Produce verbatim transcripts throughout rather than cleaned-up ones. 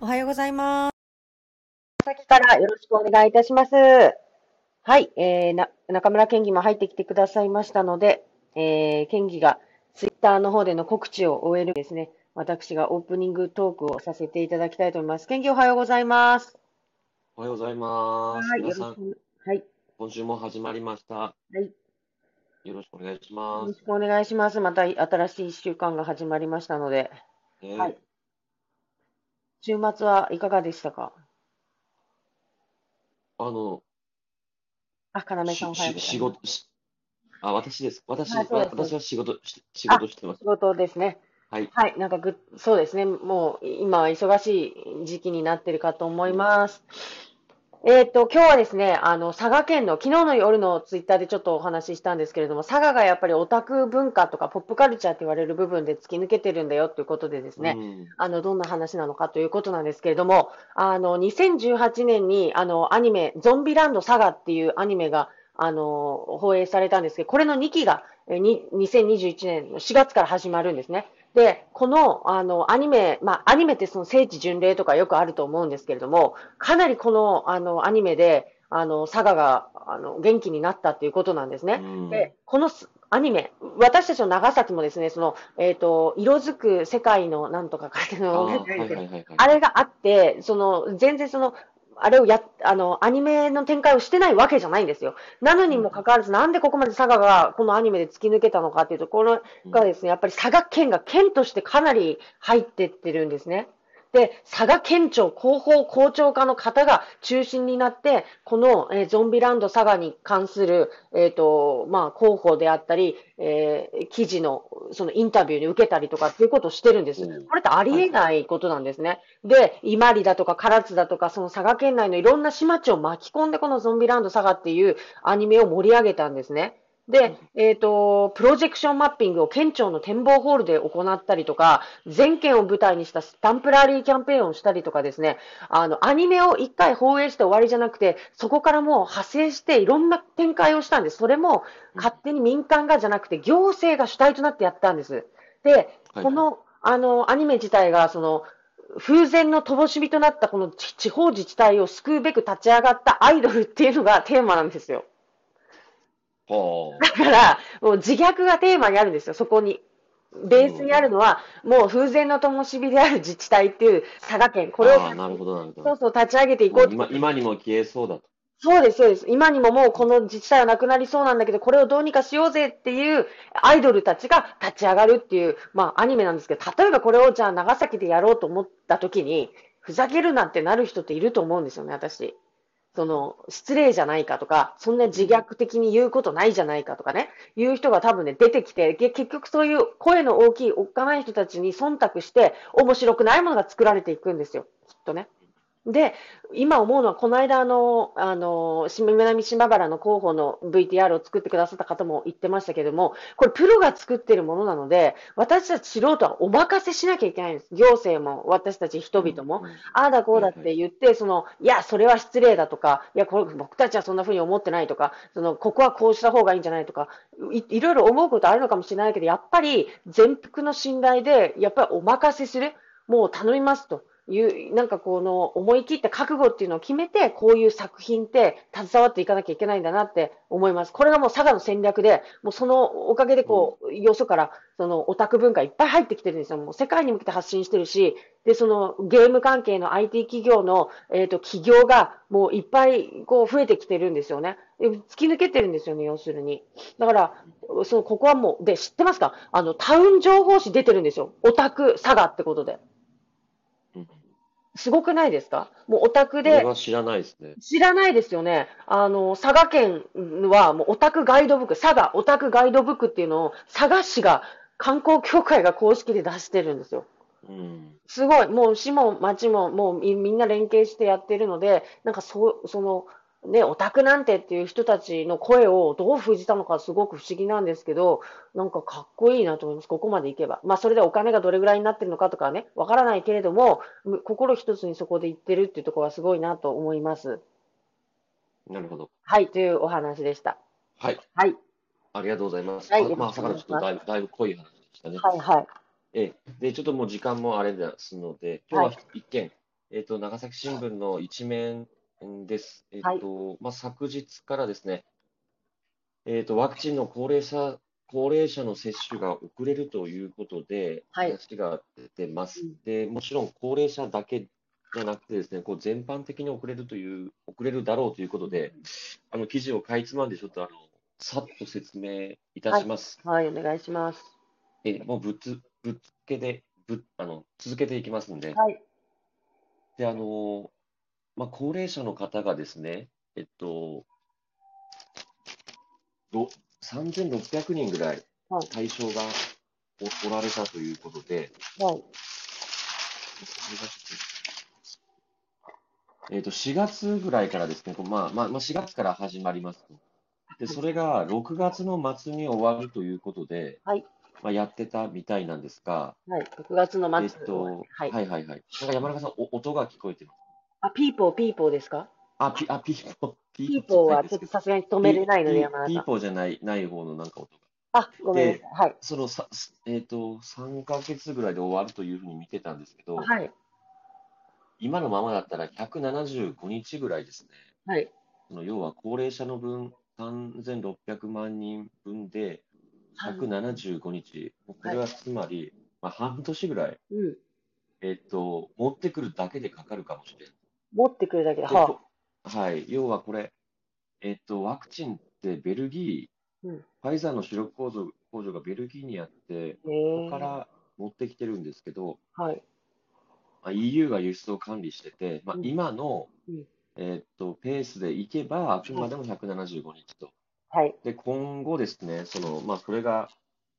おはようございます。 先からよろしくお願いいたします。はい、えー、な、中村県議も入ってきてくださいましたので、えー、県議がツイッターの方での告知を終えるですね、私がオープニングトークをさせていただきたいと思います。県議おはようございます。 おはようございます。 はい、よろ皆さん、 しく、はい、 今週も始まりました。 はい、 よろしくお願いします。 よろしくお願いします。また新しいいっしゅうかんが始まりましたので、はね、 い、週末はいかがでしたか？ あの、 あ、かなめさんし、 おはようし、 ございます。 仕事し、あ、私です。 はい、 私、わそうです、そうです。 私は仕事し、仕あ、 事してます。 仕事ですね。 はい。 はい、なんかぐ、そうですね。もう今は忙しい時期になってるかと思います。えっと、今日はですね、あの、佐賀県の、昨日の夜のツイッターでちょっとお話ししたんですけれども、佐賀がやっぱりオタク文化とかポップカルチャーって言われる部分で突き抜けてるんだよということでですうね、 ん。 あの、どんな話なのかということなんですけれども、あの、にせんじゅうはちねんに、あの、アニメ、ゾンビランド佐賀っていうアニメが、あの、放映されたんですけど、これのにきが、えに、にせんにじゅういちねんのしがつから始まるんですね。で、この、あの、アニメ、まあ、アニメってその聖地巡礼とかよくあると思うんですけれども、かなりこの、あの、アニメで、あの、佐賀が、あの、元気になったっていうことなんですうね。で、 ん。 このすアニメ、私たちの長崎もですね、その、えっと、色づく世界のなんとかかっていうのを覚えああ、はいてないんですけど、 はいはいはい。 あれがあって、その、全然その、あれをや、あの、アニメの展開をしてないわけじゃないんですよ。なのにもかうん。 かわらず、なんでここまで佐賀がこのアニメで突き抜けたのかっていうところうん。 がですね、やっぱり佐賀県が県としてかなり入ってってるんですね。で、佐賀県庁広報広聴課の方が中心になって、この、えーゾンビランド佐賀に関する、えっと、まあ、広報であったり、えー記事の、そのインタビューに受けたりとかっていうことをしてるんです。 おー、 これってありえはいはい。 ないことなんですね。で、伊万里だとか唐津だとか、その佐賀県内のいろんな市町を巻き込んで、このゾンビランド佐賀っていうアニメを盛り上げたんですね。で、 うん。 えっと、プロジェクションマッピングを県庁の展望ホールで行ったりとか、全県を舞台にしたスタンプラリーキャンペーンをしたりとかですね、あの、アニメを一回放映して終わりじゃなくて、そこからもう派生していろんな展開をしたんです。それもうん。 勝手に民間がじゃなくて行政が主体となってやったんです。で、 はいはい。 この、あの、アニメ自体が、その、風前の灯火となったこの地方自治体を救うべく立ち上がったアイドルっていうのがテーマなんですよ。だはから、もう自虐がテーマにあるんですよ、そこに。 あ。うベースにあるん。 のは、もう風前の灯火である自治体っていう佐賀県、これをああ、 立ち、 なるほどなるほど。 そうそう立ち上げていこもう今、 うってことです。 今にも消えそうだと。 そうです、そうです。今にももううん。 この自治体はなくなりそうなんだけど、これをどうにかしようぜっていうアイドルたちが立ち上がるっていう、まあアニメなんですけど、例えばこれをじゃあ長崎でやろうと思った時に、ふざけるなってなる人っていると思うんですよね、私。その、失礼じゃないかとか、そんな自うん。 虐的に言うことないじゃないかとかね、言う人が多分ね、出てきて、け結局そういう声の大きい、おっかない人たちに忖度して、面白くないものが作られていくんですよ、きっとね。で、今思うのは、この間、あの、あの、し南島原の広報の ブイティーアール を作ってくださった方も言ってましたけども、これプロが作ってるものなので、私たち素人はお任せしなきゃいけないんです。行政も、私たち人うん。 々も、 うん。 ああだこうだっはいはい。 て言って、その、いや、それは失礼だとか、いや、これ僕たちはそんな風に思ってないとか、その、ここはこうした方がいいんじゃないとか、い、いろいろ思うことあるのかもしれないけど、やっぱり全幅の信頼で、やっぱりお任せする。もう頼みますと。いう、なんかこの思い切った覚悟っていうのを決めて、こういう作品って携わっていかなきゃいけないんだなって思います。これがもう佐賀の戦略で、もうそのおかげでうん。 こう、よそからそのオタク文化いっぱい入ってきてるんですよ。もう世界に向けて発信してるし、で、そのゲーム関係の アイティー 企業の、えっと、企業がもういっぱいこう増えてきてるんですよね。で突き抜けてるんですよね、要するに。だから、その、ここはもう、で、知ってますか？あの、タウン情報誌出てるんですよ。オタク佐賀ってことで。 うん。 すごくないですか？もうオタクそれで、 は知らないですね。 知らないですよね。あの、佐賀県はもうオタクガイドブック、佐賀オタクガイドブックっていうのを佐賀市が観光協会が公式で出してるんですよ。 うん。 すごい。もう市も町ももうみみんな連携してやってるので、なんかそう、その、ね、オタクなんてっていう人たちの声をどう封じたのかすごく不思議なんですけど、なんかかっこいいなと思います。ここまでいけば。まあそれでお金がどれぐらいになってるのかとかね、わからないけれども、む心一つにそこで言ってるっていうところはすごいなと思います。 なるほど。 はい、というお話でした。 はい。 はい。 ありがとうございます。 はい、 あ、 よろしくまあ朝からちょっお願いします。 とだいぶ、だいぶ濃い話でしたね。 はい、はい。 ええ。で、ちょっともう時間もあれですので、今日ははい。 一件、 えっと、長崎新聞の一面です。えっはい。 と、まあ、昨日からですね、えっと、ワクチンの高齢者、高齢者の接種が遅れるということで、 はい。 話が出てます。 うん。 で、もちろん高齢者だけじゃなくてですね、こう全般的に遅れるという、遅れるだろうということで、あの記事をかいつまんで、ちょっとあの、さっと説明いたはい。 します。 はい、お願いします。 え、もうぶっつ、ぶっつけで、ぶ、あの、続けていきますんで。 はい。 で、あの、まあ、高齢者の方がですね、えっと、ろさんぜんろっぴゃくにんぐらいはい。 対象がお、おられたということで、 はい。 えっと、しがつぐらいからですね、こうまあ、まあ、まあ、しがつから始まりますと。で、それがろくがつの末に終わるということで、 はい。 まあ、やってたみたいなんですが、 はい。ろくがつのえっ末終わり。 と、 はい。 はいはいはい。なんか山中さん、お、音が聞こえてます。 あ、ピーポー、ピーポーですか？ あ、ピ、あ、ピーポー、ピーピーポーじゃポーはちょっとないですけど、 さすがに止めれピ、 ないので、 ピ、 山田さん。 ピーポーじゃない、ない方のなんか音が。 あ、ごめんなさい。 で、 はい。 そのさ、すえっと、さんかげつぐらいで終わるというふうに見てたんですけど、 はい。 今のままだったらひゃくななじゅうごにちぐらいですね。 はい。 その要は高齢者の分、さんぜんろっぴゃくまん人分ではい。 ひゃくななじゅうごにち、もうこはい。 れはつまり、まあ、半年ぐらい、 うん。 えっと、持ってくるだけでかかるかもしれない。 持ってくるだけで、 で、 はあ。 こ、はい、要はこれ、えっと、ワクチンってベルギうん。 ー、ファイザーの主力工場、工場がベルギーにあって、 へここかえ。 ら持ってきてるんですけど、 はい。 まあ、イーユー が輸出を管理してて、まあ、 うん。 今の、 うん。 えっと、ペースでいけば、あくはい。 までもひゃくななじゅうごにちと。 はい。 で、今後ですね、その、まあ、それが、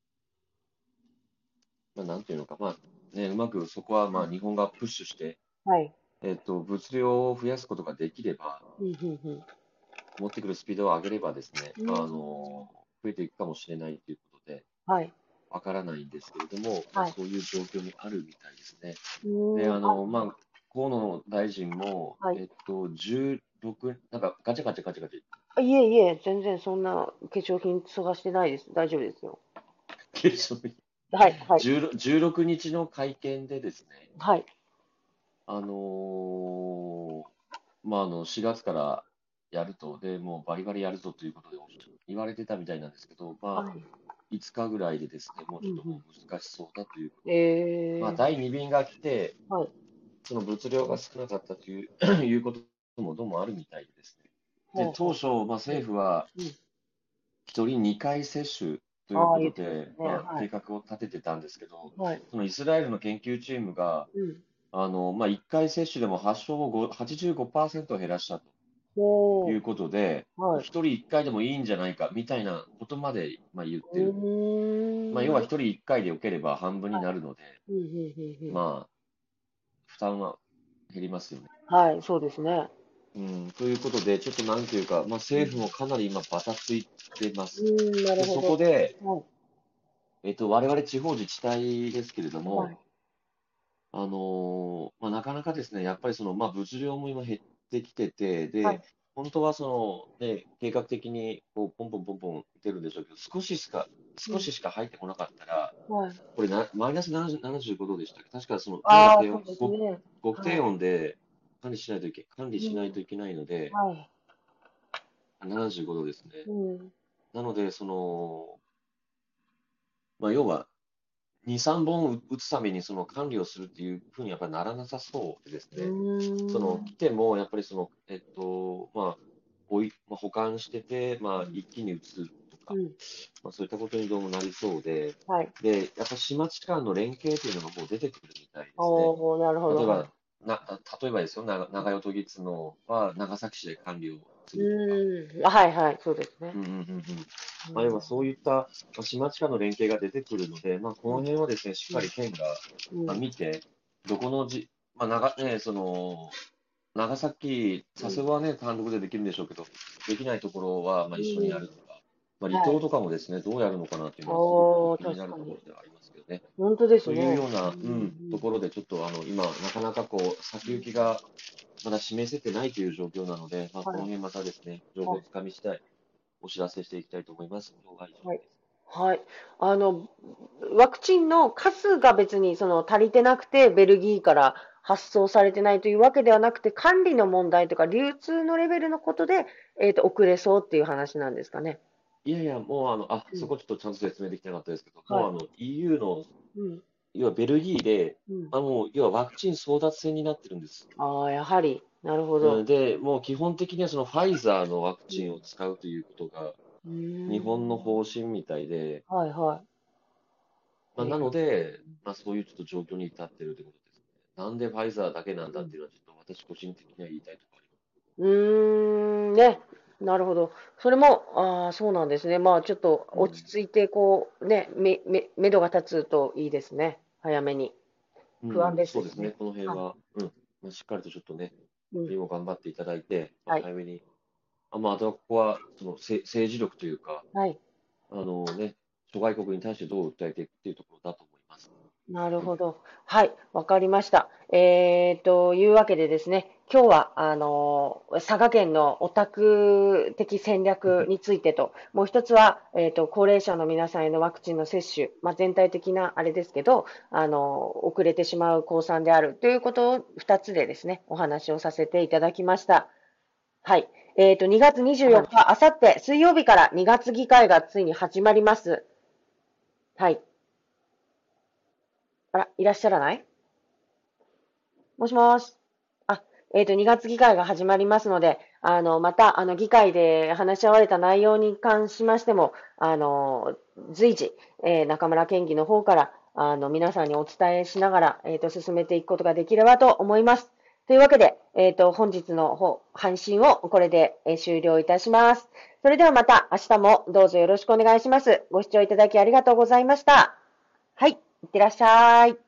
まあ、なんていうのか、まあ、ね、うまくそこは、まあ、日本がプッシュして、 はい。 えっと、物量を増やすことができれば、 うん、うん、うん。 持ってくるスピードを上げればですね、まあ、あうん。 の、増えていくかもしれないということで、 はい。 わからないんですけれども、まあ、 はい。 そういう状況にあるみたいですね。で、 うーん。 あの、 あ、 まあ、河野大臣も、 はい。 えっと、じゅうろく、なんかガチャガチャガチャガチャ、 あ、いえいえ、全然そんな化粧品探してないです。大丈夫ですよ。はい、はい、 じゅうろく、じゅうろくにちの会見でですね、 はい、 あのーまあ、あの、しがつからやると、で、もうバリバリやるぞということで言われてたみたいなんですけど、まあ、 はい。 いつかぐらいでですね、もううん、 ちょっともうう難しそうだというこん。 とで、まあ、 えだいに便が来て、 ー、はい、 その物量が少なかったといういうこともどうもあるみたいでですね。で、 ほうほう。 当初、まあ、政府はうん。 ひとりにかい接種というああ、 こ言ってましとで、 たね。 まあ、 はい、 計画を立ててたんですけど、 はい。 そのイスラエルの研究チームが、 うん。 あの、まあ、いっかい接種でも発症をごはちじゅうごパーセント減らしたといほうことで、 う、はい。 ひとりいっかいでもいいんじゃないかみたいなことまで、まあ、言ってうる。まあ、要はーん。 ひとりいっかいでよければ半分になるので、 うん、うん、うん、うん。 まあ、負担は減りますよね。 はい、そうですね。 うん、ということで、ちょっとなんていうか、まあ、 うん、 政府もかなり今、バタついてます。 うーん、なるで、 ほそこで、 ど。 えっと、我々地方自治体ですけれどはい、はも、 い、 あのーまあ、なかなかですね、やっぱりその、まあ、物量も今減ってきてて、で、 はい、 本当はその、ね、計画的にこうポンポンポンポン出るんでしょうけど、少ししか、 うん、 少ししか入ってこなかったら、 はい。 これな、マイナスななじゅうごどでしたっけ？確かその高度ああ、 低温、 そうです極、 ね。 極低は温で管理しないといけ、管理い。うん、 しないといけないので、 はい。 ななじゅうごどですね。 うん、 なので、その、まあ、要は、に、さんぼん打つためにその管理をするっていうふうにやっぱりならなさそうでですうね。その、 ーん。 来ても、やっぱりその、えっと、まあ、おい、まあ、保管してて、まあ、一気に打つとか、 うん。 まあ、そういったことにどうもなりそうで、 はい。 で、やっぱ島地間の連携というのがもう出てくるみたいですね。 おお、なるほど、 例えば、 はい。 な、例えばですよ、な長与都議津のは長崎市で管理をすうるとか、 ーん。あ、はいはい、そうですね。 うんうんうんうん。まあ、要うん。 はそういった、まあ、島地下の連携が出てくるので、まあ、このうん。 辺はですね、しっかうん。 り県が、まあ、 うん。 見て、どこのじ、まあ、長、ね、その、長崎、佐世うん。 保はね、単独でできるんでしょうけど、できないところは、まあ、一緒にやるとか、まあ、離はい。 島とかもですね、どうやるのかなっていうのはすごくおお、 気になる確かに。 ところではありますけどね。 ほんとですというね。 ような、 うんうん、ところで、ちょっとあの、今、なかなかこう、先行きがまだ示せてないという状況なので、まあ、 はい。 この辺またですね、情報をはい。 つかみ次第、お知らせしていきたいと思います。今日は以上はい。 です。 はい。あの、ワクチンの数が別にその足りてなくて、ベルギーから発送されてないというわけではなくて、管理の問題とか流通のレベルのことで、えっと、遅れそうっていう話なんですかね。 いやいや、もうあの、あ、 うん。 そこちょっとちゃんと説明できてなかったですけど、 はい。 もうあの、イーユー の、 うん。 要はベルギーで、 うん。 あの、要はワクチン争奪戦になってるんです。 ああ、やはり。なるほど。 うん、で、もう基本的にはそのファイザーのワクうん。 チンを使うということがうー日本のん。 方針みたいで、 はいはまあ、 い。えなので、 ーまあ、そういうちょっと状況に至ってるということですね。なんでファイザーだけなんうん。 だっていうのはちょっと私個人的には言いたいところあります。 うーん、ね。なるほど。それも、ああ、そうなんですね。まあ、ちょっとうん。 落ち着いて、こう、ね、め、め、目処が立つといいですね。早めに。不安うん、そうですね。 ですしね。 この辺はい。 は、うん、まあ、しっかりとちょっとね、 うん。 国も頑張っていただいて、まあ、 はい。 早めに、あ、まあ、あとはここは、そのせ政治力というか、 はい。 あのね、諸外国に対してどう訴えていくっていうところだと思います。 なるうん。 ほど。はい。わかりました。えー、というわけでですね、今日は、あの、佐賀県のオタク的戦略についてと、もう一つは、えーと、高齢者の皆さんへのワクチンの接種、まあ、全体的なあれですけど、あの、遅れてしまう公算であるということを二つでですね、お話をさせていただきました。はい。えーと、にがつ24 はい。 日、あさって水曜日からにがつ議会がついに始まります。はい。あら、いらっしゃらない？もしもし。あ、えっと、にがつ議会が始まりますので、あの、また、あの、議会で話し合われた内容に関しましても、あの、随時、えー中村県議の方から、あの、皆さんにお伝えしながら、えっと、進めていくことができればと思います。というわけで、えっと、本日の方、配信をこれでえー終了いたします。それではまた明日もどうぞよろしくお願いします。ご視聴いただきありがとうございました。はい、いってらっしゃい。